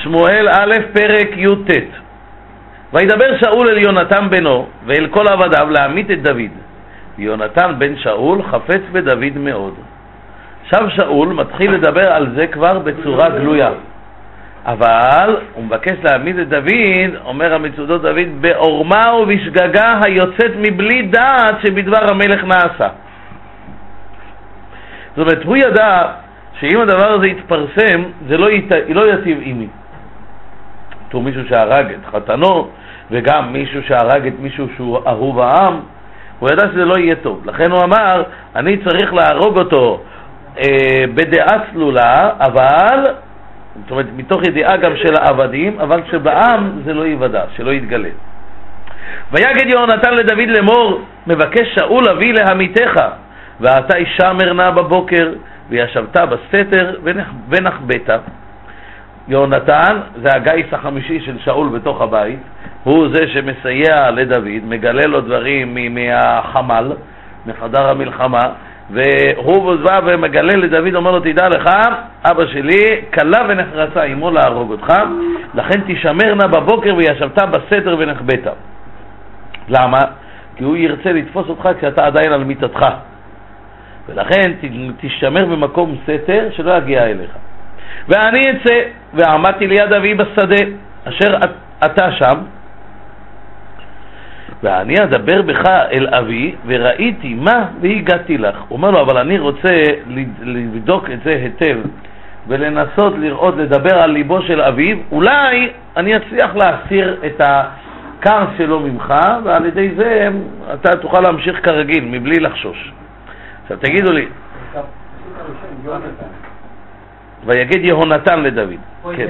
שמואל א' פרק י"ט. וידבר שאול אל יונתן בנו ואל כל עבדיו להמית את דוד. ויונתן בן שאול חפץ בדוד מאוד. עכשיו שאול מתחיל לדבר על זה כבר בצורה גלויה, אבל הוא מבקש להעמיד את דוד, אומר המצודות דוד, בעורמה ובשגגה היוצאת מבלי דעת שבדבר המלך נעשה. זאת אומרת, הוא ידע שאם הדבר הזה יתפרסם, זה לא יטיב עימי. הוא מישהו שהרג את חתנו, וגם מישהו שהרג את מישהו שהוא אהוב העם, הוא ידע שזה לא יהיה טוב. לכן הוא אמר, אני צריך להרוג אותו בדעה צלולה, אבל, זאת אומרת, מתוך ידיעה גם של העבדים, אבל שבעם זה לא יוודע, שלא יתגלה. ויגד יהונתן לדוד לאמור, מבקש שאול אבי להמיתך, ואתה ישמר נא בבוקר, וישבת בסתר ונחבאת. יהונתן זה הגיס החמישי של שאול בתוך הבית, הוא זה שמסייע לדוד, מגלה לו דברים מהחמל, מחדר המלחמה, והוא בא ומגלה לדוד, אומר לו, תדע לך, אבא שלי קלה ונחרצה עמו להרוג אותך, לכן תשמר נא בבוקר וישבת בסתר ונחבאת. למה? כי הוא ירצה לתפוס אותך כשאתה עדיין על מיטתך, ולכן תשמר במקום סתר שלא יגיע אליך. ואני אצא ועמדתי ליד אבי בשדה אשר אתה שם, ואני אדבר בך אל אבי וראיתי מה והגעתי לך. הוא אומר לו, אבל אני רוצה לבדוק את זה היטב ולנסות לראות, לדבר על ליבו של אביו, אולי אני אצליח להסיר את הכעס שלו ממך, ועל ידי זה אתה תוכל להמשיך כרגיל מבלי לחשוש. עכשיו תגידו לי, ויגד יהונתן לדוד. כן.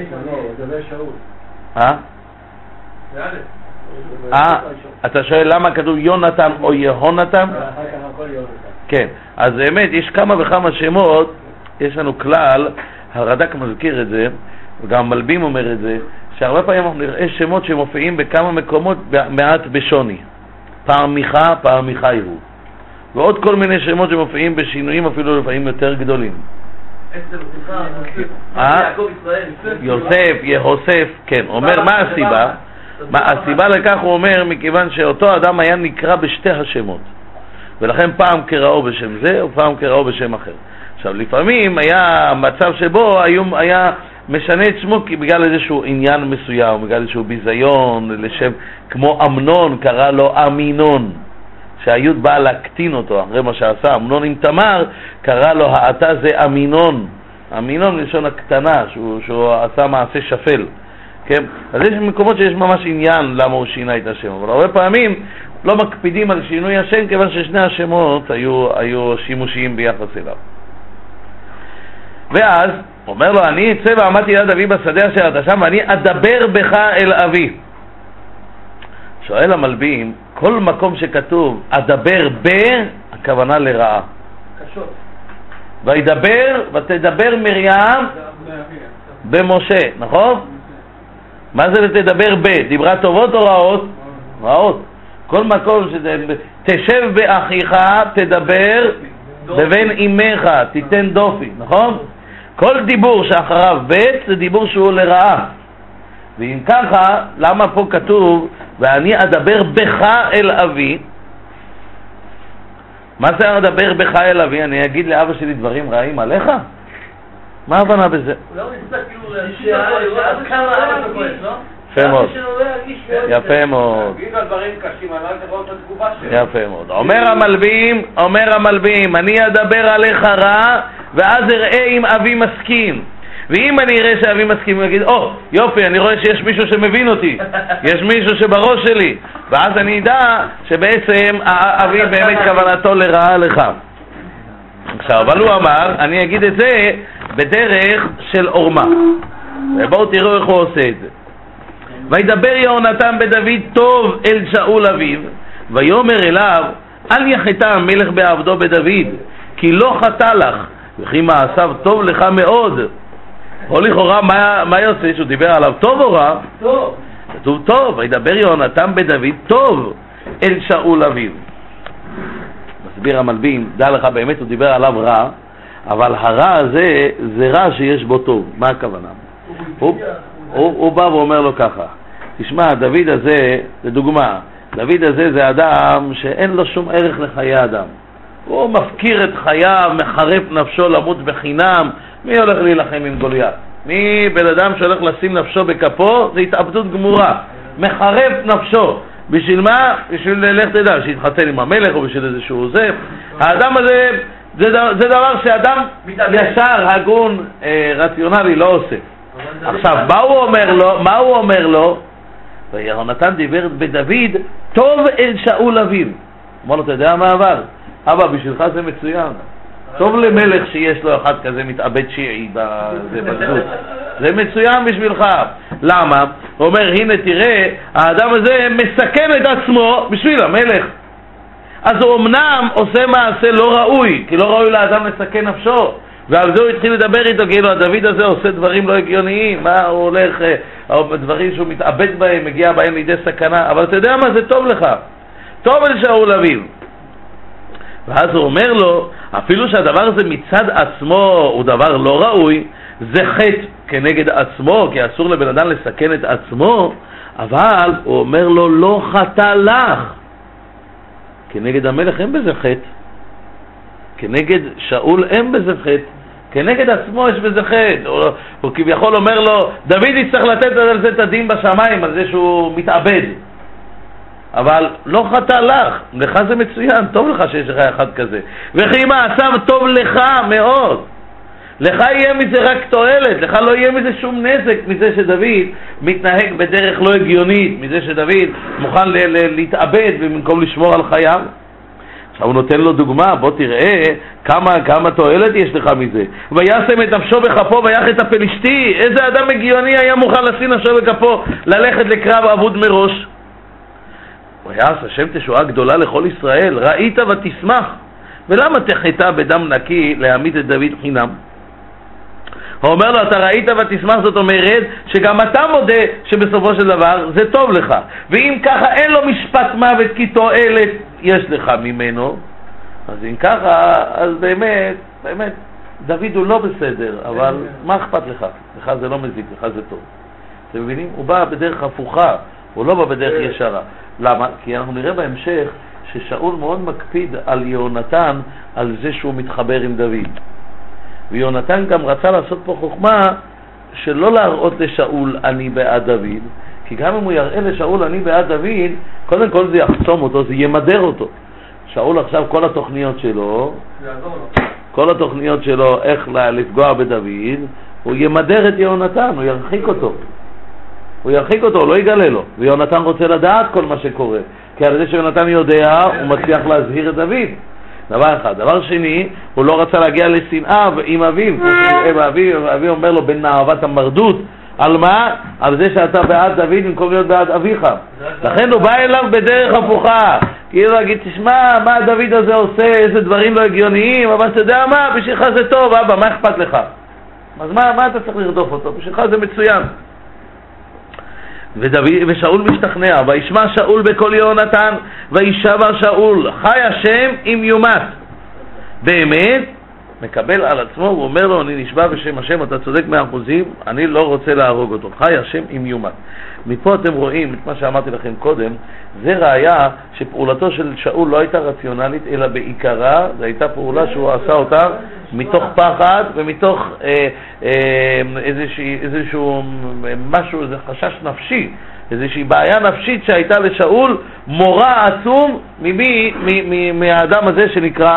אתה שואל למה כתוב יונתן או יהונתן? כן, אז באמת יש כמה וכמה שמות. יש לנו כלל, הרד"ק מזכיר את זה, וגם מלבים אומר את זה, שהרבה פעמים אנחנו נראה שמות שמופיעים בכמה מקומות מעט בשוני, פעם מיכה, פעם מיכאיהו, ועוד כל מיני שמות שמופיעים בשינויים אפילו לפעמים יותר גדולים. יוסף, יהוסף, כן. אומר מה הסיבה? הסיבה לכך, הוא אומר, מכיוון שאותו אדם היה נקרא בשתי השמות, ולכן פעם קראו בשם זה ופעם קראו בשם אחר. עכשיו לפעמים היה מצב שבו היה משנה את שמו בגלל איזשהו עניין מסוים, בגלל איזשהו ביזיון לשם, כמו אמנון קרא לו אמינון, שהיוד בא להקטין אותו אחרי מה שעשה. אמנון עם תמר קרא לו האתה זה אמינון, אמינון לשון הקטנה, שהוא עשה מעשה שפל, כן? אז יש מקומות שיש ממש עניין למה הוא שינה את השם, אבל הרבה פעמים לא מקפידים על שינוי השם, כיוון ששני השמות היו שימושיים ביחס אליו. ואז אומר לו, אני אצא ועמדתי ליד אבי בשדה אשר אתה שם, ואני אדבר בך אל אבי. שואל המלבים, כל מקום שכתוב אדבר ב, הכוונה לרעה. קשות. וידבר ותדבר מרים במשה, נכון? מה זה ותדבר ב? דיברה טובות או רעות? רעות. כל מקום תשב באחיך, תדבר בבין אמך, תיתן דופי, נכון? כל דיבור שאחריו בית זה דיבור שהוא לרעה. ואם ככה, למה פה כתוב ואני אדבר בך אל אבי? מה זה אדבר בך אל אבי? אני אגיד לאבא שלי דברים רעים עליך? מה ההבנה בזה? לא נסתכל כאילו כמה אבא כועס, לא? יפה מאוד. יפה מאוד. תגידו על דברים קשים, אני לא יודע לראות את התגובה שלו. יפה מאוד. אומר המלבים, אני אדבר עליך רע, ואז אראה אם אבי מסכים. ואם אני אראה שאבי מסכים, הוא יגיד, יופי, אני רואה שיש מישהו שמבין אותי, יש מישהו שבראש שלי, ואז אני אדע שבעצם אבי באמת כוונתו לרעה לך. עכשיו, אבל הוא אמר, אני אגיד את זה בדרך של עורמה, ובואו תראו איך הוא עושה את זה. וידבר יהונתן בדוד טוב אל שאול אביו, ויאמר אליו, אל יחטא המלך בעבדו בדוד, כי לא חטא לך, וכי מעשיו טוב לך מאוד. או לכאורה, מה יוצא? שהוא דיבר עליו טוב או רע? טוב. כתוב טוב, וידבר יהונתן בדוד טוב אל שאול אביו. מסביר המלבים, דע לך, באמת הוא דיבר עליו רע, אבל הרע הזה זה רע שיש בו טוב. מה הכוונה? הוא בא ואומר לו ככה, תשמע, דוד הזה, לדוגמה, דוד הזה זה אדם שאין לו שום ערך לחיי אדם. הוא מפקיר את חייו, מחרף נפשו למות בחינם. מי הולך להילחם עם גוליית? מי בן אדם שהולך לשים נפשו בכפו? זה התאבדות גמורה. מחרף נפשו. בשביל מה? בשביל לך תדע, שיתחתן עם המלך או בשביל איזשהו זה. האדם הזה, זה דבר שאדם ישר, הגון, רציונלי לא עושה. עכשיו, מה הוא אומר לו? ויהונתן דיבר בדוד, טוב אל שאול אביו. אמר לו, אתה יודע מה אבל? אבא, בשבילך זה מצוין. טוב למלך שיש לו אחד כזה מתאבד שיעי בגדוד. זה מצוין בשבילך. למה? הוא אומר, הנה תראה, האדם הזה מסכן את עצמו בשביל המלך. אז הוא אמנם עושה מעשה לא ראוי, כי לא ראוי לאדם לסכן נפשו. ועל זה הוא התחיל לדבר איתו, כאילו הדוד הזה עושה דברים לא הגיוניים, מה הוא הולך, דברים שהוא מתאבד בהם, מגיע בהם לידי סכנה, אבל אתה יודע מה, זה טוב לך, טוב אל שאול אביו. ואז הוא אומר לו, אפילו שהדבר הזה מצד עצמו הוא דבר לא ראוי, זה חטא כנגד עצמו, כי אסור לבן אדם לסכן את עצמו, אבל הוא אומר לו, לא חטא לך. כנגד המלך אין בזה חטא, כנגד שאול אין בזה חטא, כנגד עצמו יש בזה חטא. הוא כביכול אומר לו, דוד יצטרך לתת על זה את הדין בשמיים, על זה שהוא מתאבד. אבל לא חטא לך זה מצוין, טוב לך שיש לך אחד כזה. וכי מעשיו טוב לך מאוד. לך יהיה מזה רק תועלת, לך לא יהיה מזה שום נזק מזה שדוד מתנהג בדרך לא הגיונית, מזה שדוד מוכן להתאבד במקום לשמור על חייו. עכשיו הוא נותן לו דוגמה, בוא תראה כמה תועלת יש לך מזה. וישם את נפשו בכפו ויח את הפלישתי. איזה אדם הגיוני היה מוכן לשים נפשו בכפו, ללכת לקרב אבוד מראש. ויעש השם תשועה גדולה לכל ישראל, ראית ותשמח. ולמה תחטא בדם נקי להעמיד את דוד חינם? הוא אומר לו, אתה ראית ותשמח, זאת אומרת שגם אתה מודה שבסופו של דבר זה טוב לך. ואם ככה אין לו משפט מוות כי תועלת יש לך ממנו, אז אם ככה, אז באמת דוד הוא לא בסדר, אבל מה אכפת לך? לך זה לא מזיק, לך זה טוב. אתם מבינים? הוא בא בדרך הפוכה, הוא לא בא בדרך ישרה. למה? כי אנחנו נראה בהמשך ששאול מאוד מקפיד על יהונתן, על זה שהוא מתחבר עם דוד. ויהונתן גם רצה לעשות פה חוכמה שלא להראות לשאול אני בעד דוד, כי גם אם הוא יראה לשאול אני בעד דוד, קודם כל זה יחסום אותו, זה ימדר אותו. שאול עכשיו כל התוכניות שלו איך לפגוע בדוד, הוא ימדר את יהונתן, הוא ירחיק אותו, הוא לא יגלה לו. ויהונתן רוצה לדעת כל מה שקורה, כי על זה שיהונתן יודע הוא מצליח להזהיר את דוד. דבר אחד. דבר שני, הוא לא רצה להגיע לשנאה עם אביו, אביו אומר לו בין אהבת המרדות. על מה? על זה שאתה בעד דוד במקום להיות בעד אביך. לכן הוא בא אליו בדרך הפוכה, כאילו להגיד, תשמע מה דוד הזה עושה, איזה דברים לא הגיוניים, אבל אתה יודע מה, בשבילך זה טוב, אבא, מה אכפת לך? אז מה אתה צריך לרדוף אותו? בשבילך זה מצוין. ושאול משתכנע, וישמע שאול בקול יהונתן, וישבע שאול, חי השם אם יומת. באמת, מקבל על עצמו, הוא אומר לו, אני נשבע בשם השם, אתה צודק 100%, אני לא רוצה להרוג אותו, חי השם אם יומת. מפה אתם רואים את מה שאמרתי לכם קודם, זה ראיה שפעולתו של שאול לא הייתה רציונלית, אלא בעיקרה, זו הייתה פעולה שהוא עשה אותה מתוך פחד ומתוך איזשהו משהו, איזה חשש נפשי, איזושהי בעיה נפשית שהייתה לשאול, מורא עצום מהאדם הזה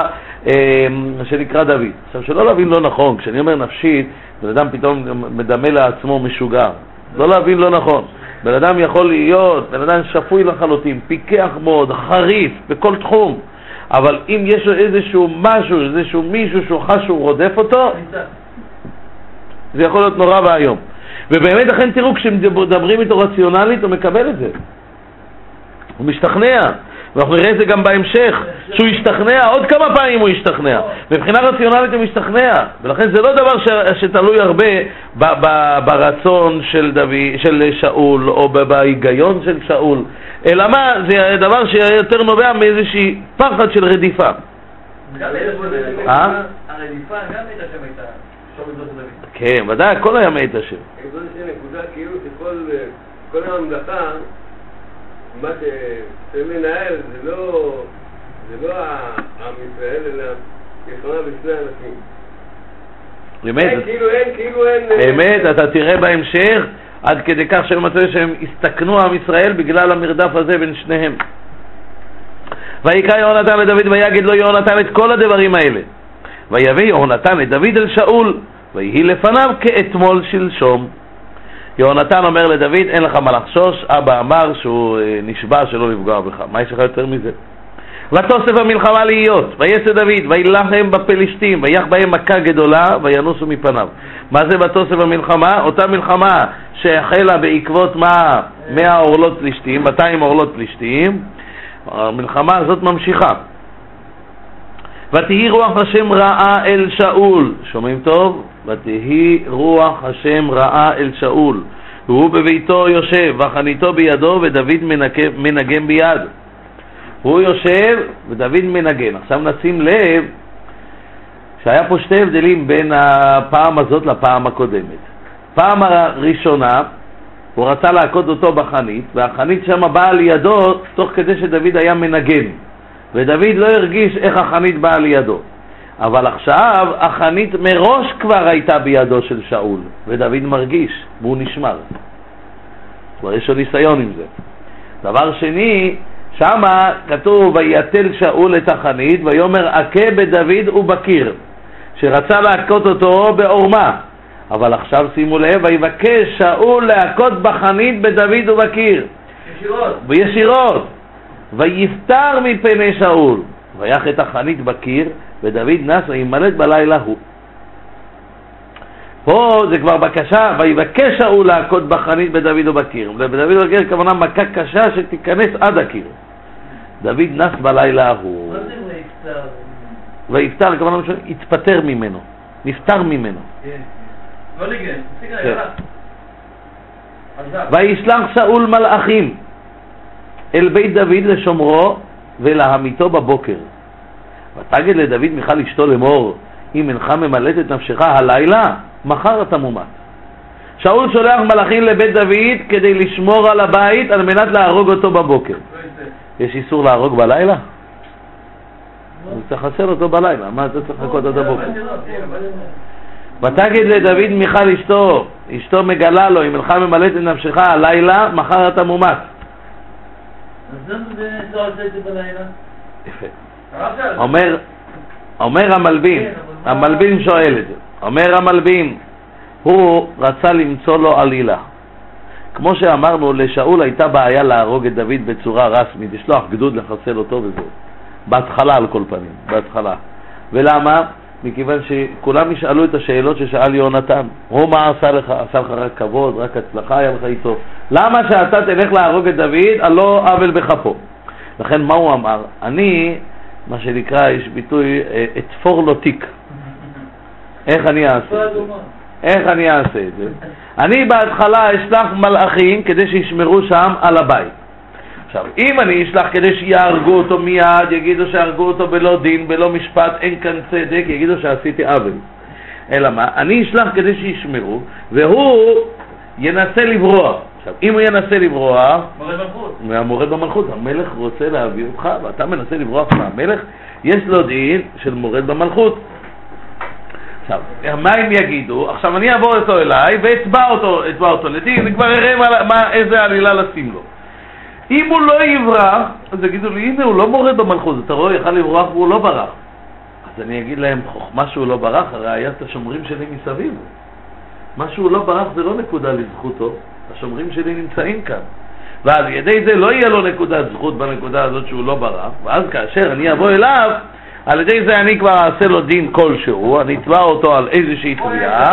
שנקרא דוד. עכשיו, שלא להבין לא נכון, כשאני אומר נפשית, בן אדם פתאום מדמה לעצמו משוגע. לא להבין לא נכון. בן אדם יכול להיות, בן אדם שפוי לחלוטין, פיקח מאוד, חריף, בכל תחום. אבל אם יש לו איזשהו משהו, איזשהו מישהו שהוא חש שהוא רודף אותו, זה יכול להיות נורא והיום. ובאמת לכן תראו, כשמדברים איתו רציונלית, הוא מקבל את זה. הוא משתכנע. ואנחנו נראה את זה גם בהמשך, שהוא ישתכנע, עוד כמה פעמים הוא ישתכנע. מבחינה רציונלית הוא משתכנע, ולכן זה לא דבר שתלוי הרבה ברצון של שאול, או בהיגיון של שאול, אלא מה, זה דבר שיותר נובע מאיזושהי פחד של רדיפה. הרדיפה גם הייתה שם הייתה כן, ודאי, הכל היה מאת השם. זאת נקודה כאילו שכל הממלכה, מה שמנהל זה לא עם ישראל, אלא מלחמה בשני אנשים. באמת, אתה תראה בהמשך, עד כדי כך שמצא שהם הסתכנו עם ישראל בגלל המרדף הזה בין שניהם. ויקרא יהונתן לדוד ויגיד לו יהונתן את כל הדברים האלה. ויביא יהונתן את דוד אל שאול, ויהי לפניו כאתמול שלשום. יהונתן אומר לדוד, אין לך מה לחשוש, אבא אמר שהוא נשבע שלא לפגוע בך. מה יש לך יותר מזה? ותוסף המלחמה להיות, ויצא דוד, וילחם בפלישתים, ויח בהם מכה גדולה, וינוסו מפניו. מה זה בתוסף המלחמה? אותה מלחמה שהחלה בעקבות 100 אורלות פלישתים, 200 אורלות פלישתים, המלחמה הזאת ממשיכה. ותהי רוח השם רעה אל שאול, שומעים טוב? ותהי רוח השם רעה אל שאול, והוא בביתו יושב, וחניתו בידו, ודוד מנגן ביד. הוא יושב ודוד מנגן. עכשיו נשים לב שהיה פה שתי הבדלים בין הפעם הזאת לפעם הקודמת. פעם הראשונה הוא רצה להכות אותו בחנית, והחנית שם באה לידו תוך כדי שדוד היה מנגן, ודוד לא הרגיש איך החנית באה לידו. אבל עכשיו החנית מראש כבר הייתה בידו של שאול, ודוד מרגיש והוא נשמר. כבר יש לו ניסיון עם זה. דבר שני, שמה כתוב ויתל שאול את החנית ויאמר עכה בדוד ובקיר, שרצה להכות אותו בעורמה. אבל עכשיו שימו לב, ויבקש שאול להכות בחנית בדוד ובקיר ישירות, ויפטר מפני שאול, ויח את החנית בקיר, ודוד נס וימלט בלילה הוא. פה זה כבר בקשה, ויבקש שאול להכות בחנית בדוד ובקיר. בדוד ובקיר כמובן מכה קשה שתיכנס עד הקיר. דוד נס בלילה הוא. מה זה ויפטר? ויפטר כמובן התפטר ממנו, נפטר ממנו. לא ניגן, תפסיק רגע. וישלח שאול מלאכים אל בית דוד לשומרו ולהמיתו בבוקר. ותגיד לדוד מיכל אשתו לאמור, אם אינך ממלט את נפשך הלילה, מחר אתה מומת. שאול שולח מלאכים לבית דוד כדי לשמור על הבית על מנת להרוג אותו בבוקר. יש איסור להרוג בלילה? הוא צריך לחסל אותו בלילה, מה אתה צריך לחכות עד הבוקר? ותגיד לדוד מיכל אשתו מגלה לו, אם אינך ממלט את נפשך הלילה, מחר אתה מומת. אז למה זה לא עושה את זה בלילה? יפה. אומר המלבין שואל את זה. אומר המלבין, הוא רצה למצוא לו עלילה. כמו שאמרנו, לשאול הייתה בעיה להרוג את דוד בצורה רסמית, לשלוח גדוד לחסל אותו וזהו. בהתחלה על כל פנים, בהתחלה. ולמה? מכיוון שכולם ישאלו את השאלות ששאל יהונתן. הוא מה עשה לך? עשה לך רק כבוד, רק הצלחה היה לך איתו. למה שאתה תלך להרוג את דוד, הלא עוול בכפו? לכן מה הוא אמר? אני, מה שנקרא, יש ביטוי, אתפור לו תיק. איך אני אעשה את זה? איך אני אעשה את זה? אני בהתחלה אשלח מלאכים כדי שישמרו שם על הבית. עכשיו, אם אני אשלח כדי שיהרגו אותו מיד, יגידו שהרגו אותו בלא דין, בלא משפט, אין כאן צדק, יגידו שעשיתי עוול. אלא מה? אני אשלח כדי שישמרו, והוא ינסה לברוח. עכשיו, אם הוא ינסה לברוח, מורד במלכות, המלך רוצה להביא אותך, ואתה מנסה לברוח מהמלך, יש לו דין של מורד במלכות. עכשיו, מה הם יגידו? עכשיו אני אעבור אותו אליי ואצבע אותו לדין, אני כבר אראה איזה עלילה לשים לו. אם הוא לא יברח, אז יגידו לי, הנה הוא לא מורד במלכות, אתה רואה, יכל לברוח והוא לא ברח. אז אני אגיד להם, חוכמה שהוא לא ברח, הרי היה את השומרים שלי מסביב. מה שהוא לא ברח זה לא נקודה לזכותו, השומרים שלי נמצאים כאן. ועל ידי זה לא יהיה לו נקודת זכות בנקודה הזאת שהוא לא ברח, ואז כאשר אני אבוא אליו, על ידי זה אני כבר אעשה לו דין כלשהו, אני אתבע אותו על איזושהי תביעה.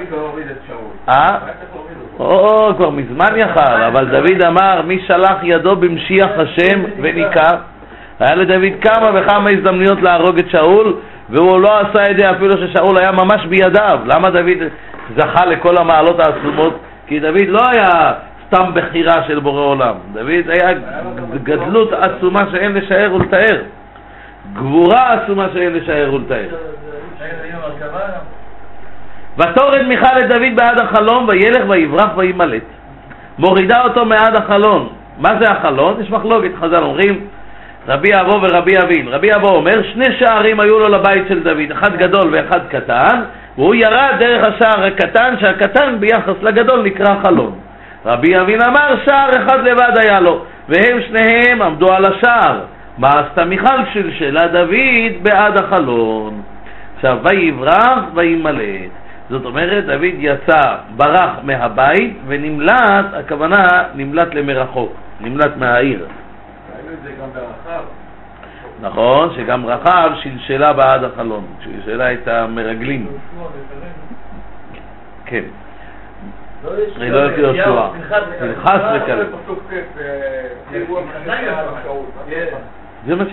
כבר מזמן יחל, אבל דוד אמר, מי שלח ידו במשיח השם וניקה. היה לדוד כמה וכמה הזדמנויות להרוג את שאול, והוא לא עשה את זה אפילו ששאול היה ממש בידיו. למה דוד זכה לכל המעלות העצומות? כי דוד לא היה סתם בחירה של בורא עולם. דוד היה גדלות עצומה שאין לשער ולתאר. גבורה עצומה שאין לשער ולתאר. ותורד מיכל לדוד בעד החלום, וילך ויברח וימלט. מורידה אותו מעד החלון. מה זה החלון? יש מחלוקת, חז"ל אומרים, רבי אבו ורבי אבין. רבי אבו אומר, 2 שערים היו לו לבית של דוד, אחד גדול ואחד קטן, והוא ירד דרך השער הקטן, שהקטן ביחס לגדול נקרא חלון. רבי אבין אמר, שער אחד לבד היה לו, והם שניהם עמדו על השער. מה עשתה מיכל? שלשלה דוד בעד החלון. עכשיו, ויברח וימלט. זאת אומרת, דוד יצא, ברח מהבית ונמלט, הכוונה נמלט למרחוק, נמלט מהעיר. ראינו את זה גם ברחב. נכון, שגם רחב שלשלה בעד החלון, שלשלה את המרגלים. כן. אני לא יודעת יהושע. פנחס וכאלה. זה מה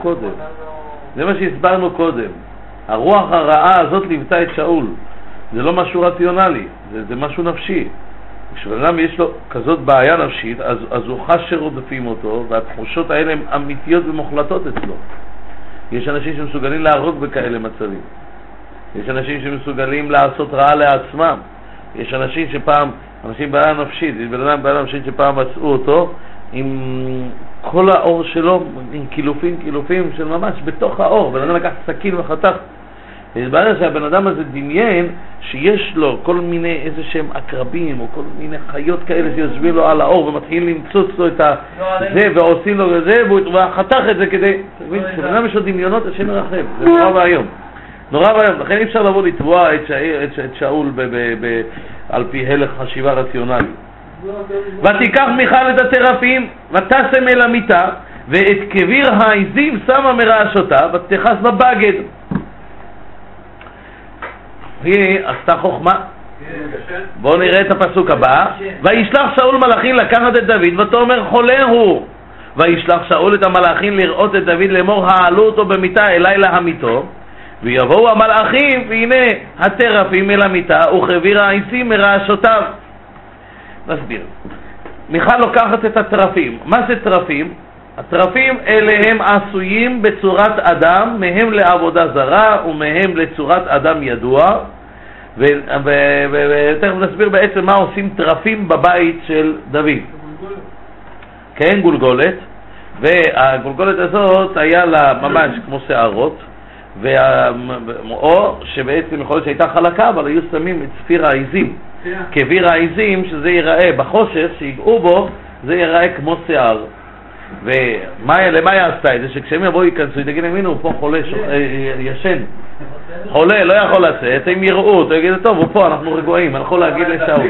שהסברנו קודם. הרוח הרעה הזאת ליוותה את שאול. זה לא משהו רציונלי, זה משהו נפשי. כשבן יש לו כזאת בעיה נפשית, אז הוא חש שרודפים אותו, והתחושות האלה הן אמיתיות ומוחלטות אצלו. יש אנשים שמסוגלים להרוג בכאלה מצבים. יש אנשים שמסוגלים לעשות רעה לעצמם. יש אנשים שפעם, אנשים בעיה נפשית, יש בן אדם בעיה נפשית שפעם מצאו אותו עם כל האור שלו, עם קילופים של ממש בתוך האור. בן אדם לקח סכין וחתך. התברר שהבן אדם הזה דמיין שיש לו כל מיני איזה שהם עקרבים או כל מיני חיות כאלה שיושבים לו על האור ומתחילים למצוץ לו את זה ועושים לו את זה והוא חתך את זה כדי, שבן אדם יש לו דמיונות, השם ירחם, זה נורא והיום. לכן אי אפשר לבוא לתבוע את שאול על פי הלך חשיבה רציונלי. ותיקח מיכל את הטרפים ותשם אל המיטה ואת קביר העזים שמה מרעשותה ותכס בבגד. היא עשתה חוכמה. בואו נראה את הפסוק הבא. וישלח שאול מלאכים לקחת את דוד ותאמר חולה הוא. וישלח שאול את המלאכים לראות את דוד לאמור העלו אותו במיטה אלי להמיתו. ויבואו המלאכים והנה הטרפים אל המיטה וחביר העצים מרעשותיו. נסביר. מיכל לוקחת את הטרפים. מה זה טרפים? הטרפים אלה הם עשויים בצורת אדם, מהם לעבודה זרה ומהם לצורת אדם ידוע. ותכף נסביר בעצם מה עושים טרפים בבית של דוד. כן, גולגולת. והגולגולת הזאת היה לה ממש כמו שערות, או שבעצם יכול להיות שהייתה חלקה, אבל היו שמים את ספיר העיזים. קביר העיזים, שזה ייראה בחושך, שיגעו בו, זה ייראה כמו שיער. ולמה היא עשתה את זה? שכשהם יבואו ייכנסו, תגיד להם, הנה הוא פה חולה, ישן, חולה, לא יכול לצאת, הם יראו אותו, יגידו, טוב, הוא פה, אנחנו רגועים, אני יכול להגיד לשאול.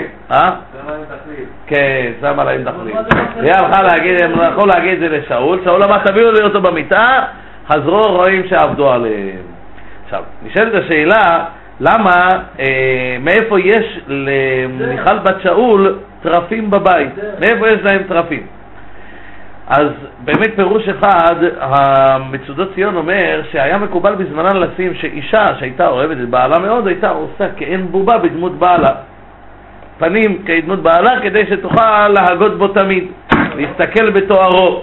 כן, שמה להם תחליף. היא יכול להגיד את זה לשאול, שאול אמר, תביאו לי אותו במיטה, חזרו, רואים שעבדו עליהם. עכשיו, נשאלת השאלה, למה, מאיפה יש למיכל בת שאול טרפים בבית? מאיפה יש להם טרפים? אז באמת פירוש אחד, המצודות ציון אומר שהיה מקובל בזמנן לשים שאישה שהייתה אוהבת את בעלה מאוד, הייתה עושה כאין בובה בדמות בעלה. פנים כדמות בעלה כדי שתוכל להגות בו תמיד, להסתכל בתוארו.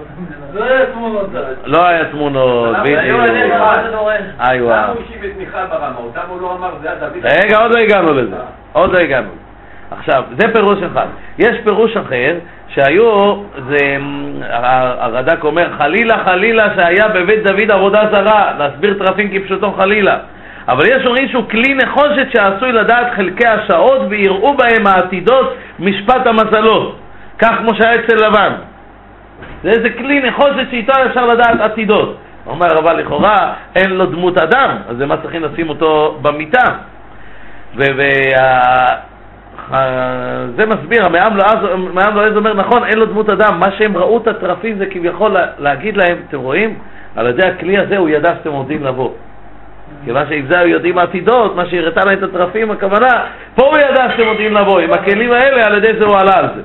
לא היה תמונות, בדיוק. איווה. למה הוא השיב את מיכל ברמה? אותם הוא לא אמר, זה הדוד. רגע, עוד לא הגענו. עכשיו, זה פירוש אחד. יש פירוש אחר, שהיו, הרד"ק אומר, חלילה שהיה בבית דוד עבודה זרה, להסביר טרפים כפשוטו חלילה. אבל יש אומרים שהוא כלי נחושת שעשוי לדעת חלקי השעות ויראו בהם העתידות משפט המזלות. כך כמו שהיה אצל לבן. זה איזה כלי נחושת שאיתו אפשר לדעת עתידות. הוא אומר, אבל לכאורה אין לו דמות אדם, אז זה מה צריכים לשים אותו במיטה. זה מסביר, המעם לא אומר, נכון, אין לו דמות אדם, מה שהם ראו את הטרפים זה כביכול להגיד להם, אתם רואים? על ידי הכלי הזה הוא ידע שאתם עומדים לבוא. כיוון שעם זה הוא יודעים עתידות, מה שהראתה להם את הטרפים, הכוונה, פה הוא ידע שאתם עומדים לבוא, עם הכלים האלה, על ידי זה הוא עלה על זה.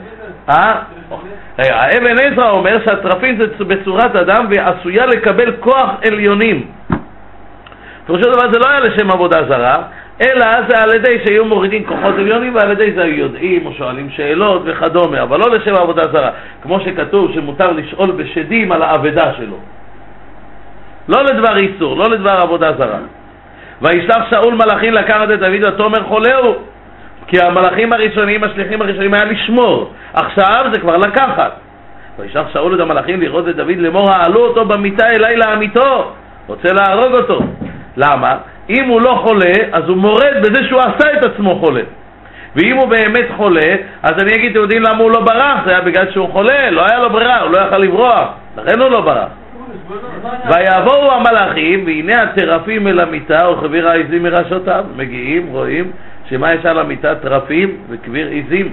האבן עזרא אומר שהטרפים זה בצורת אדם ועשויה לקבל כוח עליונים. פרושו דבר זה לא היה לשם עבודה זרה, אלא זה על ידי שהיו מורידים כוחות עליונים ועל ידי זה היו יודעים או שואלים שאלות וכדומה, אבל לא לשם עבודה זרה, כמו שכתוב שמותר לשאול בשדים על העבודה שלו, לא לדבר איסור, לא לדבר עבודה זרה. וישלח שאול מלאכים לקחת את דוד ותאמר חולהו, כי המלאכים הראשונים, השליחים הראשונים היה לשמור, עכשיו זה כבר לקחת. וישלח שאול את המלאכים לראות את דוד לאמור העלו אותו במיטה אליי לעמיתו, רוצה להרוג אותו. למה? אם הוא לא חולה אז הוא מורד בזה שהוא עשה את עצמו חולה, ואם הוא באמת חולה אז אני אגיד, אתם יודעים למה הוא לא ברח? זה היה בגלל שהוא חולה, לא היה לו ברירה, הוא לא יכל לברוח, לכן הוא לא ברח. ויבואו המלאכים והנה הטרפים אל המיטה וכביר העזים מראשותיו. מגיעים, רואים שמה יש על המיטה? טרפים וכביר עזים.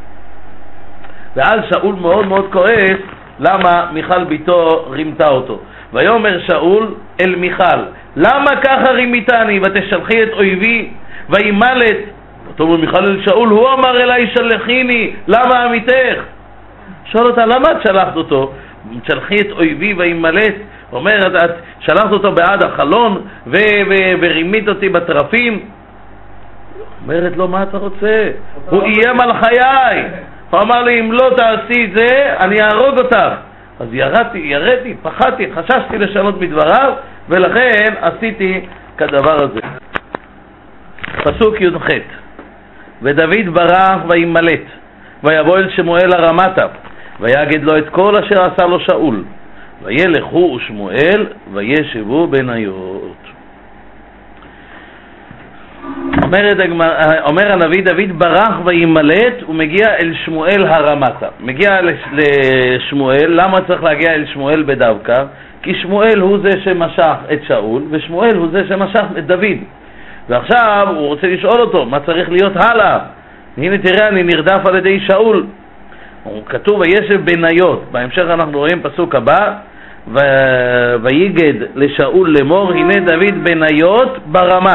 ואז שאול מאוד מאוד כועס למה מיכל ביתו רימתה אותו. ויאמר שאול אל מיכל, למה ככה רימיתני ותשלחי את אויבי וימלט? ותאמר מיכל אל שאול, הוא אמר אליי שלחיני, למה עמיתך? שואל אותה, למה את שלחת אותו? שלחי את אויבי וימלט. אומרת, את שלחת אותו בעד החלון ורימית אותי בטרפים. אומרת לו, מה אתה רוצה? הוא איים על חיי, הוא אמר לי, אם לא תעשי את זה אני אהרוג אותך. אז ירדתי, פחדתי, חששתי לשנות מדבריו, ולכן עשיתי כדבר הזה. פסוק י"ח, ודוד ברח וימלט ויבוא אל שמואל הרמתה ויגד לו את כל אשר עשה לו שאול, וילך הוא ושמואל וישבו בניות. אומר הנביא, דוד ברח וימלט ומגיע אל שמואל הרמתה. מגיע לשמואל. למה צריך להגיע אל שמואל בדווקא? כי שמואל הוא זה שמשך את שאול ושמואל הוא זה שמשך את דוד, ועכשיו הוא רוצה לשאול אותו מה צריך להיות הלאה. הנה תראה, אני נרדף על ידי שאול. הוא כתוב וישב בניות. בהמשך אנחנו רואים פסוק הבא, ויגד לשאול לאמור הנה דוד בניות ברמה.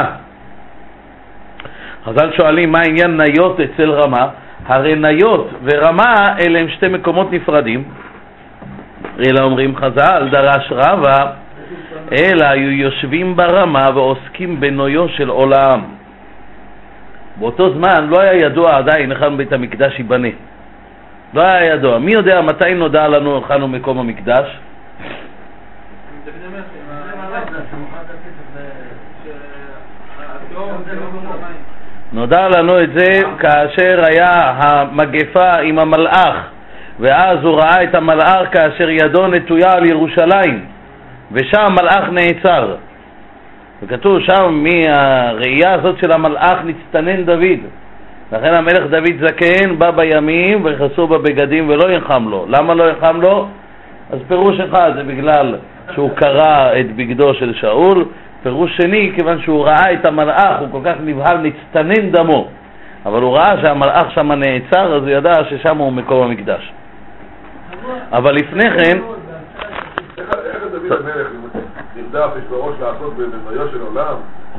חז"ל שואלים מה העניין ניות אצל רמה? הרי ניות ורמה אלה הם שתי מקומות נפרדים. אלא אומרים חז"ל, דרש רבא, אלא היו יושבים ברמה ועוסקים בנויו של עולם. באותו זמן לא היה ידוע עדיין היכן בית המקדש ייבנה. לא היה ידוע. מי יודע מתי נודע לנו היכן הוא מקום המקדש? נודע לנו את זה כאשר היה המגפה עם המלאך, ואז הוא ראה את המלאך כאשר ידו נטויה על ירושלים, ושם המלאך נעצר. וכתוב שם מהראייה הזאת של המלאך נצטנן דוד. לכן המלך דוד זקן בא בימים ויכסו בבגדים ולא יחם לו. למה לא יחם לו? אז פירוש אחד זה בגלל שהוא קרא את בגדו של שאול, פירוש שני כיוון שהוא ראה את המלאך, הוא כל כך נבהל, נצטנן דמו, אבל הוא ראה שהמלאך שם נעצר, אז הוא ידע ששם הוא מקום המקדש. אבל לפני כן איך דוד המלך נרדף, יש בראש לעשות בנויו של עולם?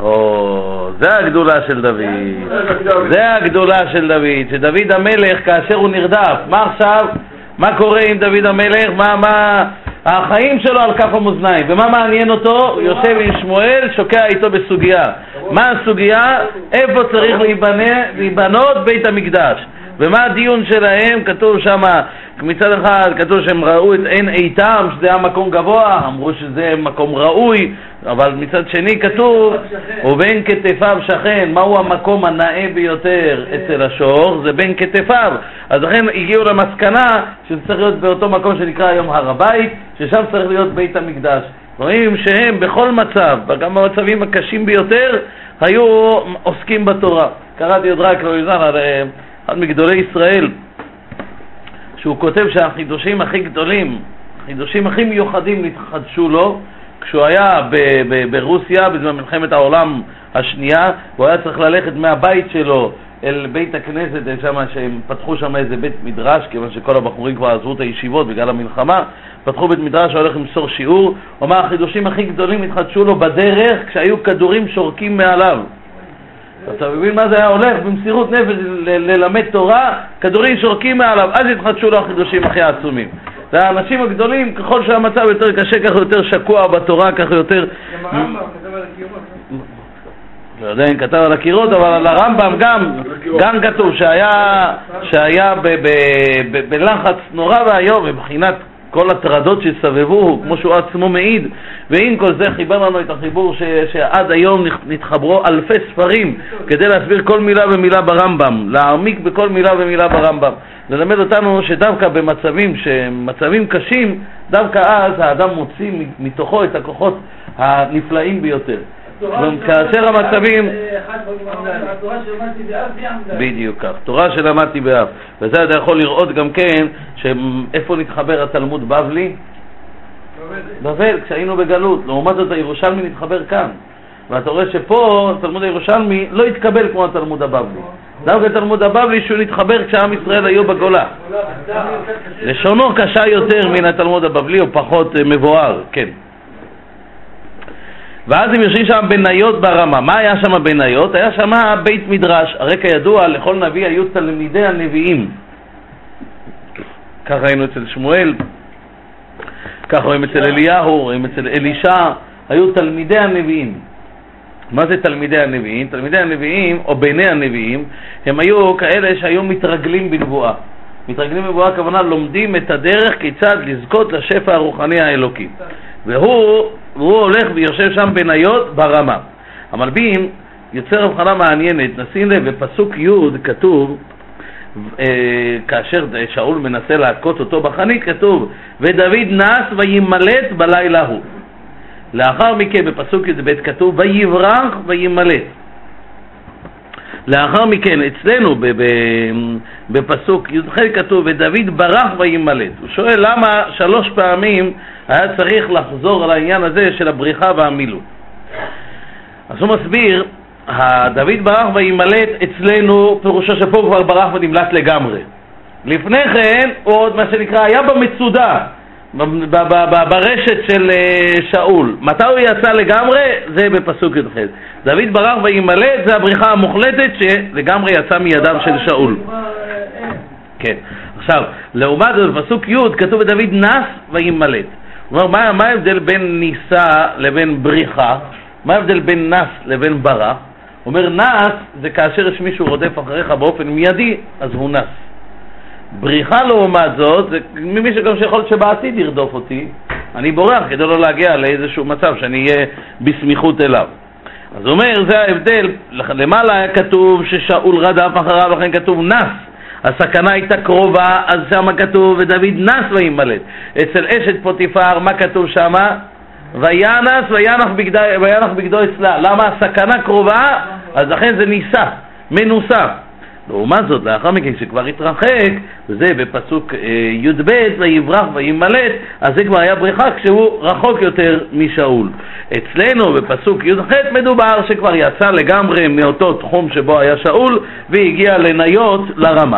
זה הגדולה של דוד. זה הגדולה של דוד, שדוד המלך כאשר הוא נרדף, מה עכשיו? מה קורה עם דוד המלך? מה החיים שלו על כף המאזניים, ומה מעניין אותו? הוא יושב עם שמואל, שוקע איתו בסוגיה. מה הסוגיה? איפה צריך להיבנות בית המקדש, ומה הדיון שלהם? כתוב שם, מצד אחד כתוב שהם ראו את עין איתם, שזה היה מקום גבוה, אמרו שזה מקום ראוי, אבל מצד שני כתוב ובין כתפיו שכן. מהו המקום הנאה ביותר אצל השור? זה בין כתפיו. אז לכן הגיעו למסקנה שזה צריך להיות באותו מקום שנקרא היום הר הבית, ששם צריך להיות בית המקדש. רואים שהם בכל מצב, גם במצבים הקשים ביותר, היו עוסקים בתורה. קראתי עוד רק לא יזן על אחד מגדולי ישראל, שהוא כותב שהחידושים הכי גדולים, החידושים הכי מיוחדים נתחדשו לו כשהוא היה ברוסיה בזמן מלחמת העולם השנייה, והוא היה צריך ללכת מהבית שלו אל בית הכנסת, שם שהם פתחו שם איזה בית מדרש, כיוון שכל הבחורים כבר עזבו את הישיבות בגלל המלחמה, פתחו בית מדרש, הוא הולך למסור שיעור. הוא אומר, החידושים הכי גדולים התחדשו לו בדרך כשהיו כדורים שורקים מעליו. אתה מבין מה זה היה הולך במסירות נפש ללמד תורה, כדורים שורקים מעליו, אז התחדשו לו החידושים הכי עצומים. והאנשים הגדולים, ככל שהמצב יותר קשה, ככה יותר שקוע בתורה, ככה יותר... לא יודע אם כתב על הקירות, אבל על הרמב"ם גם כתוב שהיה בלחץ נורא והיום, מבחינת כל הטרדות שסבבוהו, כמו שהוא עצמו מעיד, ועם כל זה חיבר לנו את החיבור שעד היום נתחברו אלפי ספרים כדי להסביר כל מילה ומילה ברמב"ם, להעמיק בכל מילה ומילה ברמב"ם, ללמד אותנו שדווקא במצבים קשים, דווקא אז האדם מוציא מתוכו את הכוחות הנפלאים ביותר. כאשר המצבים התורה שלמדתי באב בדיוק כך, תורה שלמדתי באב. וזה אתה יכול לראות גם כן שאיפה נתחבר התלמוד בבלי? בבל, כשהיינו בגלות. לעומת זאת הירושלמי נתחבר כאן, ואתה רואה שפה התלמוד הירושלמי לא התקבל כמו התלמוד הבבלי. דווקא התלמוד הבבלי שהוא נתחבר כשעם ישראל היו בגולה, לשונו קשה יותר מן התלמוד הבבלי, או פחות מבואר. כן. ואז הם יושבים שם בניות ברמה. מה היה שם בניות? היה שם בית מדרש. הרי כידוע לכל נביא היו תלמידי הנביאים. כך ראינו אצל שמואל, כך רואים אצל אליהו, רואים אצל אלישע, היו תלמידי הנביאים. מה זה תלמידי הנביאים? תלמידי הנביאים או בני הנביאים הם היו כאלה שהיו מתרגלים בנבואה. מתרגלים בנבואה הכוונה לומדים את הדרך כיצד לזכות לשפע הרוחני האלוקי. והוא הולך ויושב שם בניות ברמה. המלבים יוצר הבחנה מעניינת. נשים לב, בפסוק י' כתוב, כאשר שאול מנסה להכות אותו בחנית, כתוב ודוד נס וימלט בלילה הוא. לאחר מכן בפסוק י' כתוב ויברח וימלט. לאחר מכן אצלנו בפסוק י"ח כתוב ודוד ברח וימלט. הוא שואל למה 3 פעמים היה צריך לחזור על העניין הזה של הבריחה והמילוט. אז הוא מסביר, דוד ברח וימלט אצלנו פירושו שפה כבר ברח ונמלט לגמרי. לפני כן הוא עוד מה שנקרא היה במצודה, ברשת של שאול. מתי הוא יצא לגמרי? זה בפסוק י"ח. דוד ברח וימלט זה הבריחה המוחלטת שלגמרי יצא מידם של שאול. כן. עכשיו, לעומת זאת בפסוק י' כתוב ודוד נס וימלט. הוא אומר, מה ההבדל בין ניסה לבין בריחה? מה ההבדל בין נס לבין ברח? הוא אומר, נס זה כאשר יש מישהו רודף אחריך באופן מיידי, אז הוא נס. בריחה לעומת זאת, זה ממי שגם שיכול שבעתיד ירדוף אותי, אני בורח כדי לא להגיע לאיזשהו מצב שאני אהיה בסמיכות אליו. אז הוא אומר, זה ההבדל. למעלה היה כתוב ששאול רדף אחריו, לכן כתוב נס. הסכנה הייתה קרובה, אז שם כתוב ודוד נס וימלט. אצל אשת פוטיפר, מה כתוב שם? וינח בגדו אצלה. למה הסכנה קרובה? אז לכן זה ניסה, מנוסה. לעומת זאת, לאחר מכן שכבר התרחק, וזה בפסוק י"ב, ויברח וימלט, אז זה כבר היה בריחה כשהוא רחוק יותר משאול. אצלנו בפסוק י"ח מדובר שכבר יצא לגמרי מאותו תחום שבו היה שאול, והגיע לניות לרמה.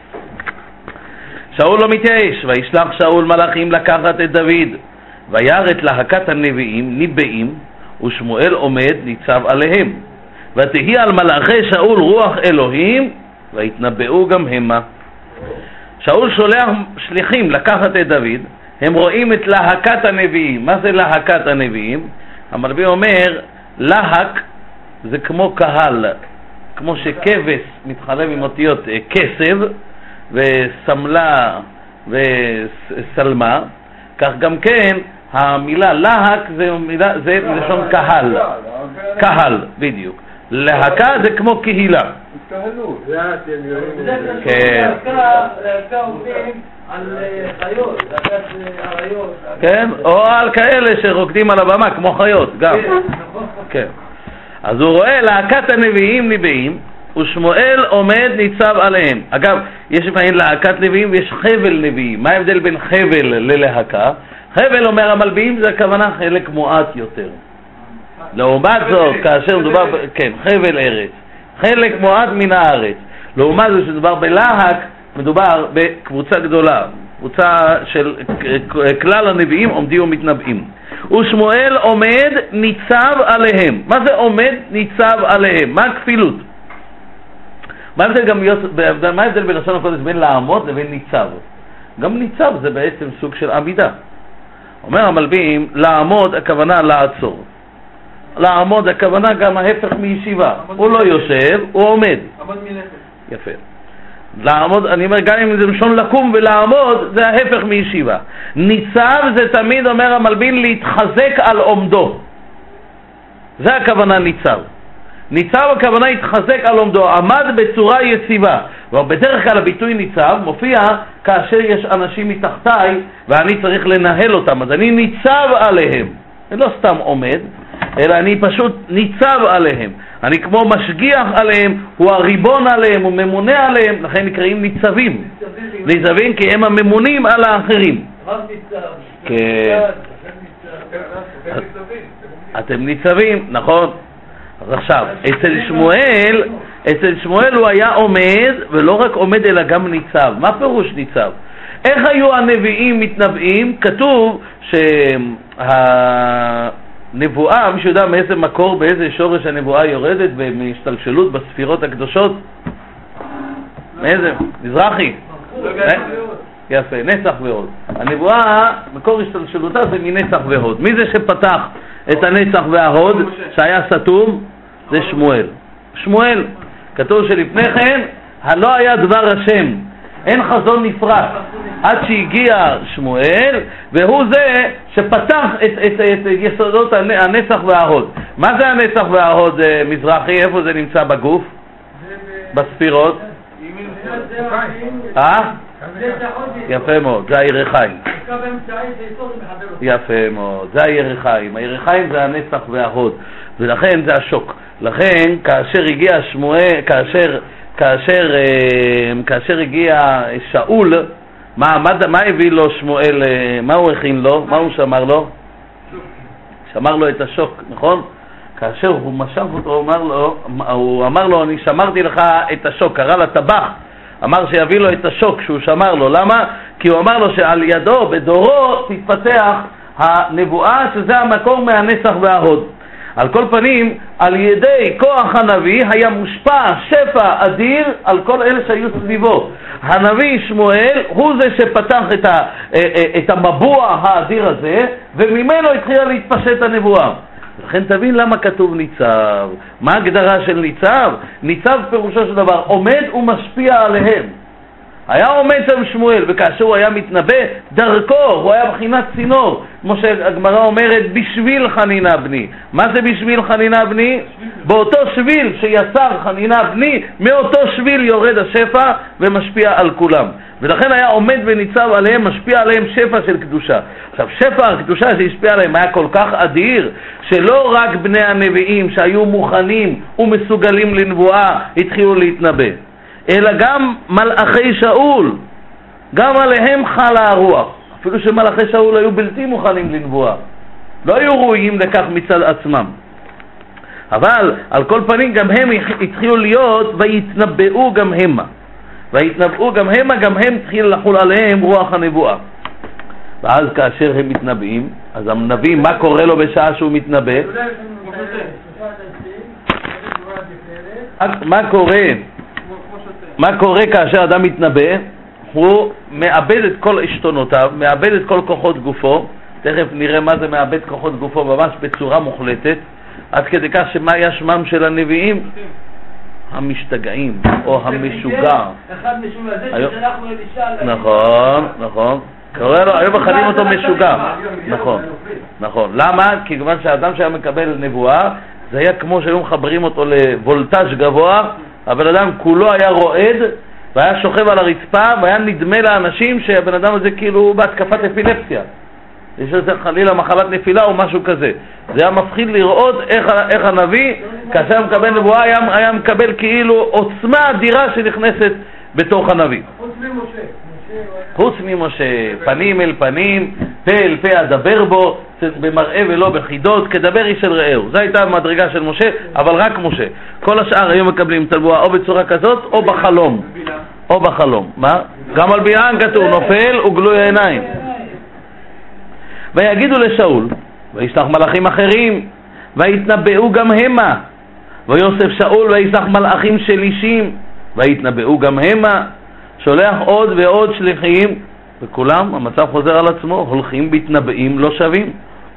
שאול לא מתייאש, וישלח שאול מלאכים לקחת את דוד, וירא את להקת הנביאים ניבאים, ושמואל עומד ניצב עליהם. ותהי על מלאכי שאול רוח אלוהים, והתנבאו גם המה. שאול שולח שליחים לקחת את דוד, הם רואים את להקת הנביאים. מה זה להקת הנביאים? המלבי אומר, להק זה כמו קהל, כמו שכבש מתחלב עם אותיות כסב וסמלה וסלמה, כך גם כן המילה להק זה לשון קהל, קהל בדיוק. להקה זה כמו קהילה. כן. להקה עובדים על חיות, להקת אריות. כן, או על כאלה שרוקדים על הבמה כמו חיות גם. כן. אז הוא רואה להקת הנביאים ניבאים, ושמואל עומד ניצב עליהם. אגב, יש לפעמים להקת נביאים ויש חבל נביאים. מה ההבדל בין חבל ללהקה? חבל, אומר המלביאים, זה הכוונה חלק מועט יותר. לעומת זאת, כאשר מדובר, כן, חבל ארץ, חלק מועט מן הארץ. לעומת זאת, שמדובר בלהק, מדובר בקבוצה גדולה, קבוצה של כלל הנביאים עומדים ומתנבאים. ושמואל עומד ניצב עליהם. מה זה עומד ניצב עליהם? מה הכפילות? מה ההבדל בין לשון הקודש בין לעמוד לבין ניצב? גם ניצב זה בעצם סוג של עמידה. אומר המלבים, לעמוד הכוונה לעצור. לעמוד הכוונה גם ההפך מישיבה. הוא לא יושב, הוא עומד. עמוד מלכת. יפה. לעמוד, אני אומר, גם אם זה משון לקום ולעמוד, זה ההפך מישיבה. ניצב זה תמיד, אומר המלבין, להתחזק על עומדו. זה הכוונה ניצב. ניצב הכוונה להתחזק על עומדו, עמד בצורה יציבה. ובדרך כלל הביטוי ניצב מופיע כאשר יש אנשים מתחתיי ואני צריך לנהל אותם, אז אני ניצב עליהם. אני לא סתם עומד, אלא אני פשוט ניצב עליהם. אני כמו משגיח עליהם, הוא הריבון עליהם, הוא ממונה עליהם, לכן נקראים ניצבים. ניצבים כי הם הממונים על האחרים. כן. אתם ניצבים, נכון. אז עכשיו, אצל שמואל הוא היה עומד, ולא רק עומד אלא גם ניצב. מה פירוש ניצב? איך היו הנביאים מתנבאים? כתוב שהנבואה, מישהו יודע מאיזה מקור, באיזה שורש הנבואה יורדת, בהשתלשלות בספירות הקדושות? מאיזה? מזרחי? יפה, נסח והוד. הנבואה, מקור השתלשלותה זה מנסח והוד. מי זה שפתח את הנסח וההוד שהיה סתום? זה שמואל. שמואל, כתוב שלפני כן לא היה דבר השם, אין חזון נפרץ, עד שהגיע שמואל, והוא זה שפתח את יסודות הנסח וההוד. מה זה הנסח וההוד, מזרחי? איפה זה נמצא בגוף? בספירות? יפה מאוד, זה הירחיים. יפה מאוד, זה הירחיים. הירחיים זה הנסח וההוד, ולכן זה השוק. לכן כאשר הגיע שמואל, כאשר הגיע שאול, מה הביא לו שמואל? מה הוא הכין לו? מה הוא שמר לו? שמר לו את השוק, נכון? כאשר הוא משך אותו, הוא אמר לו, אני שמרתי לך את השוק, קרא לטבח, אמר שיביא לו את השוק שהוא שמר לו. למה? כי הוא אמר לו שעל ידו, בדורו, תתפתח הנבואה, שזה המקור מהנסח וההוד. על כל פנים, על ידי כוח הנביא היה מושפע שפע אדיר על כל אלה שהיו סביבו. הנביא שמואל הוא זה שפתח את המבוע האדיר הזה, וממנו התחילה להתפשט הנבואה. לכן תבין למה כתוב ניצב. מה ההגדרה של ניצב? ניצב פירושו של דבר עומד ומשפיע עליהם. היה עומד שם שמואל, וכאשר הוא היה מתנבא, דרכו, הוא היה בחינת צינור. כמו שהגמרא אומרת, בשביל חנינה בני. מה זה בשביל חנינה בני? באותו שביל שיצר חנינה בני, מאותו שביל יורד השפע ומשפיע על כולם. ולכן היה עומד וניצב עליהם, משפיע עליהם שפע של קדושה. עכשיו, שפע הקדושה שהשפיע עליהם היה כל כך אדיר, שלא רק בני הנביאים שהיו מוכנים ומסוגלים לנבואה התחילו להתנבא, אלא גם מלאכי שאול, גם עליהם חלה הרוח. אפילו שמלאכי שאול היו בלתי מוכנים לנבואה, לא היו ראויים לכך מצד עצמם. אבל על כל פנים גם הם התחילו להיות ויתנבאו גם המה. ויתנבאו גם המה, גם הם התחילו לחול עליהם רוח הנבואה. ואז כאשר הם מתנבאים, אז הנביא, מה קורה לו בשעה שהוא מתנבא? מה קורה כאשר אדם מתנבא? הוא מאבד את כל עשתונותיו, מאבד את כל כוחות גופו. תכף נראה מה זה מאבד כוחות גופו ממש בצורה מוחלטת, עד כדי כך שמה היה שמם של הנביאים? המשתגעים או המשוגע. נכון. היו מכנים אותו משוגע. נכון. למה? כי כיוון שהאדם שהיה מקבל נבואה, זה היה כמו שהיו מחברים אותו לוולטאז' גבוה, אבל אדם כולו היה רועד והיה שוכב על הרצפה, והיה נדמה לאנשים שהבן אדם הזה כאילו בהתקפת אפילפסיה, יש לזה חלילה מחלת נפילה או משהו כזה. זה היה מפחיד לראות איך הנביא כאשר מקבל נבואה היה מקבל כאילו עוצמה אדירה שנכנסת בתוך הנביא. חוץ ממשה, פנים אל פנים, פה אל פה אדבר בו, במראה ולא בחידות, כדבר איש אל רעהו. זו הייתה המדרגה של משה, אבל רק משה. כל השאר היו מקבלים את הנבואה או בצורה כזאת או בחלום. מה? גם על בלעם כתוב, נופל וגלוי העיניים. ויגידו לשאול, וישלח מלאכים אחרים, ויתנבאו גם המה. ויוסף שאול וישלח מלאכים שלישים, ויתנבאו גם המה. שולח עוד ועוד שליחים, וכולם, המצב חוזר על עצמו, הולכים בהתנבאים לא שווים.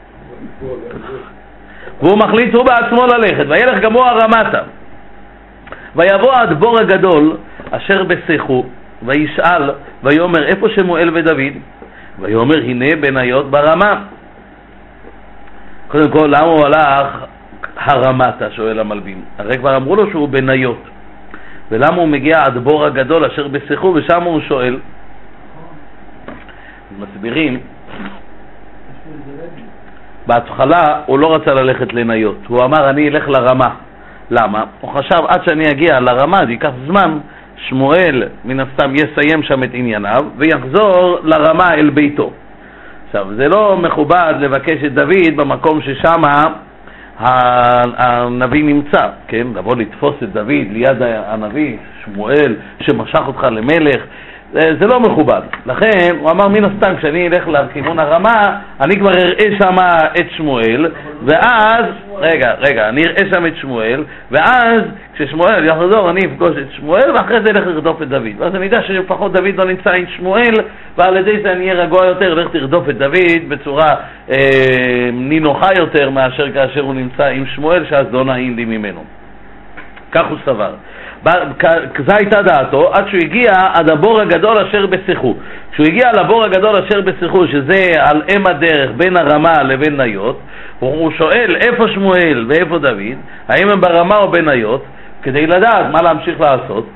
והוא מחליט הוא בעצמו ללכת, וילך גם הוא הרמתה. ויבוא הדבור הגדול, אשר בשיחו, וישאל, ויאמר איפה שמואל ודוד? ויאמר הנה בניות ברמה. קודם כל, למה הוא הלך הרמתה, שואל המלבים? הרי כבר אמרו לו שהוא בניות. ולמה הוא מגיע עד בור הגדול אשר בשיחו, ושם הוא שואל? מסבירים, בהתחלה הוא לא רצה ללכת לניות, הוא אמר אני אלך לרמה. למה? הוא חשב עד שאני אגיע לרמה, זה ייקח זמן, שמואל מן הסתם יסיים שם את ענייניו ויחזור לרמה אל ביתו. עכשיו, זה לא מכובד לבקש את דוד במקום ששם הנביא נמצא, כן? לבוא לתפוס את דוד ליד הנביא, שמואל, שמשך אותך למלך, זה לא מכובד. לכן הוא אמר מן הסתם כשאני אלך לכיוון הרמה אני כבר אראה שם את שמואל, ואז אני אראה שם את שמואל, ואז כששמואל יחזור אני אפגוש את שמואל, ואחרי זה אלך לרדוף את דוד, ואז אני יודע שלפחות דוד לא נמצא עם שמואל, ועל ידי זה אני אהיה רגוע יותר, הולך לרדוף את דוד בצורה נינוחה יותר מאשר כאשר הוא נמצא עם שמואל, שאז לא נעים לי ממנו. כך הוא סבר. זו הייתה דעתו עד שהוא הגיע עד הבור הגדול אשר בשיחו. כשהוא הגיע לבור הגדול אשר בשיחו, שזה על אם הדרך בין הרמה לבין ניות, הוא שואל איפה שמואל ואיפה דוד, האם הם ברמה או בניות, כדי לדעת מה להמשיך לעשות.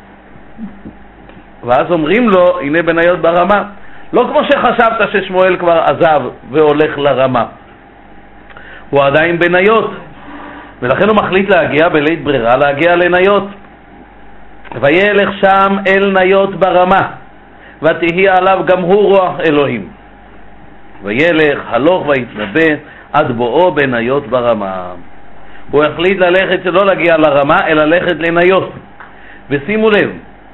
ואז אומרים לו הנה בניות ברמה. לא כמו שחשבת ששמואל כבר עזב והולך לרמה, הוא עדיין בניות, ולכן הוא מחליט להגיע בלית ברירה, להגיע לניות. וילך שם אל ניות ברמה, ותהי עליו גם הוא רוח אלוהים. וילך הלוך ויתנבא עד בואו בניות ברמה. הוא החליט ללכת שלא להגיע לרמה אלא ללכת לניות. ושימו לב,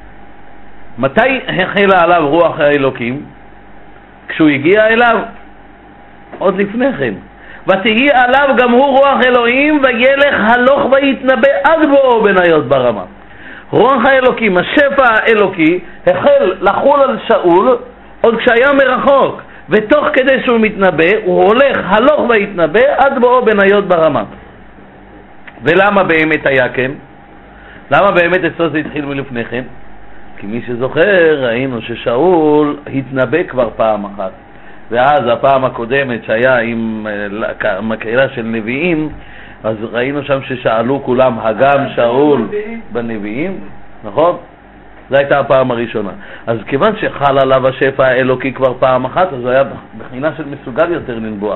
מתי החלה עליו רוח האלוקים? כשהוא הגיע אליו? עוד לפני כן. ותהי עליו גם הוא רוח אלוהים, וילך הלוך ויתנבא עד בואו בניות ברמה. רוח האלוקים, השפע האלוקי, החל לחול על שאול עוד כשהיה מרחוק, ותוך כדי שהוא מתנבא הוא הולך הלוך ויתנבא עד בואו בניות ברמה. ולמה באמת היה כן? למה באמת אצלו זה התחיל מלפני כן? כי מי שזוכר, ראינו ששאול התנבא כבר פעם אחת, ואז הפעם הקודמת שהיה עם מקהלה של נביאים, אז ראינו שם ששאלו כולם, הגם שאול בנביאים, נכון? זו הייתה הפעם הראשונה. אז כיוון שחל עליו השפע האלוקי כבר פעם אחת, אז הוא היה בחינה של מסוגל יותר לנבואה.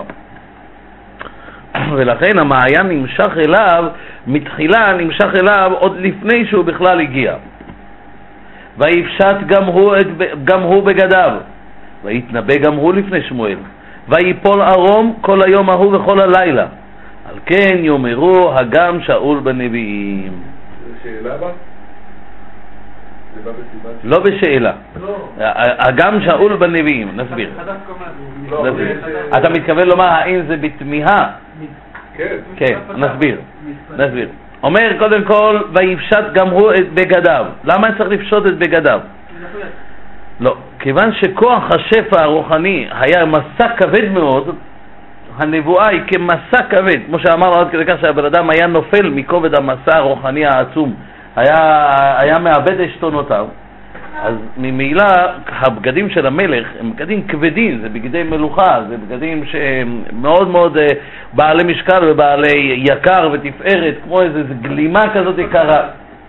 ולכן המעיין נמשך אליו, מתחילה נמשך אליו עוד לפני שהוא בכלל הגיע. ויפשט גם הוא בגדיו, ויתנבא גם הוא לפני שמואל, ויפול ערום כל היום ההוא וכל הלילה. על כן יאמרו הגם שאול בנביאים. זה שאלה בה? זה בא בסימן? לא בשאלה. הגם שאול בנביאים, נסביר. אתה מתכוון לומר האם זה בתמיהה? כן, נסביר. אומר קודם כל ויפשט גם הוא את בגדיו. למה צריך לפשוט את בגדיו? לא, כיוון שכוח השפע הרוחני היה מסע כבד מאוד, הנבואה היא כמסע כבד, כמו שאמרנו עד כדי כך שהבן אדם היה נופל מכובד המסע הרוחני העצום, היה מאבד עשתונותיו. אז ממילא הבגדים של המלך הם בגדים כבדים, זה בגדי מלוכה, זה בגדים שמאוד מאוד בעלי משקל ובעלי יקר ותפארת, כמו איזו גלימה כזאת יקרה.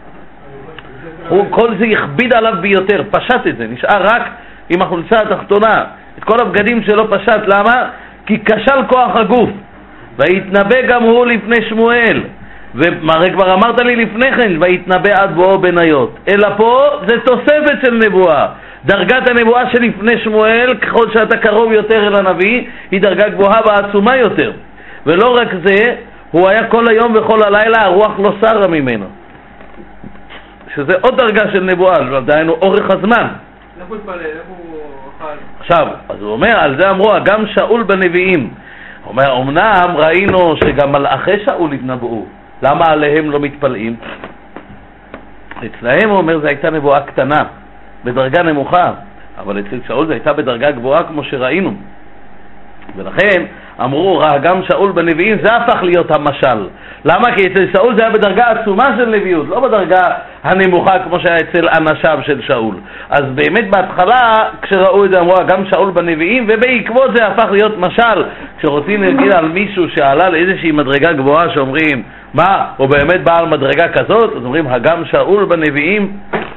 כל זה יכביד עליו ביותר, פשט את זה, נשאר רק עם החולצה התחתונה. את כל הבגדים שלו פשט, למה? כי כשל כוח הגוף. ויתנבא גם הוא לפני שמואל, והרי כבר אמרת לי לפני כן ויתנבא עד בואו בניות. אלא פה זה תוספת של נבואה. דרגת הנבואה שלפני שמואל, ככל שאתה קרוב יותר אל הנביא, היא דרגה גבוהה ועצומה יותר. ולא רק זה, הוא היה כל היום וכל הלילה, הרוח לא סרה ממנו, שזה עוד דרגה של נבואה, דהיינו אורך הזמן. איך הוא התפלל? איך הוא אכל? עכשיו, אז הוא אומר, על זה אמרו, גם שאול בנביאים. הוא אומר, אמנם ראינו שגם מלאכי שאול התנבאו, למה עליהם לא מתפלאים? אצלהם, הוא אומר, זו הייתה נבואה קטנה, בדרגה נמוכה, אבל אצל שאול זו הייתה בדרגה גבוהה כמו שראינו. ולכן, אמרו, גם שאול בנביאים, זה הפך להיות המשל. למה? כי אצל שאול זה היה בדרגה עצומה של נביאות, לא בדרגה הנמוכה כמו שהיה אצל אנשיו של שאול. אז באמת בהתחלה, כשראו את זה, אמרו, גם שאול בנביאים, ובעקבות זה הפך להיות משל. כשרוצים להגיד על מישהו שעלה לאיזושהי מדרגה גבוהה, שאומרים, מה, הוא באמת בעל מדרגה כזאת? אז אומרים, גם שאול בנביאים,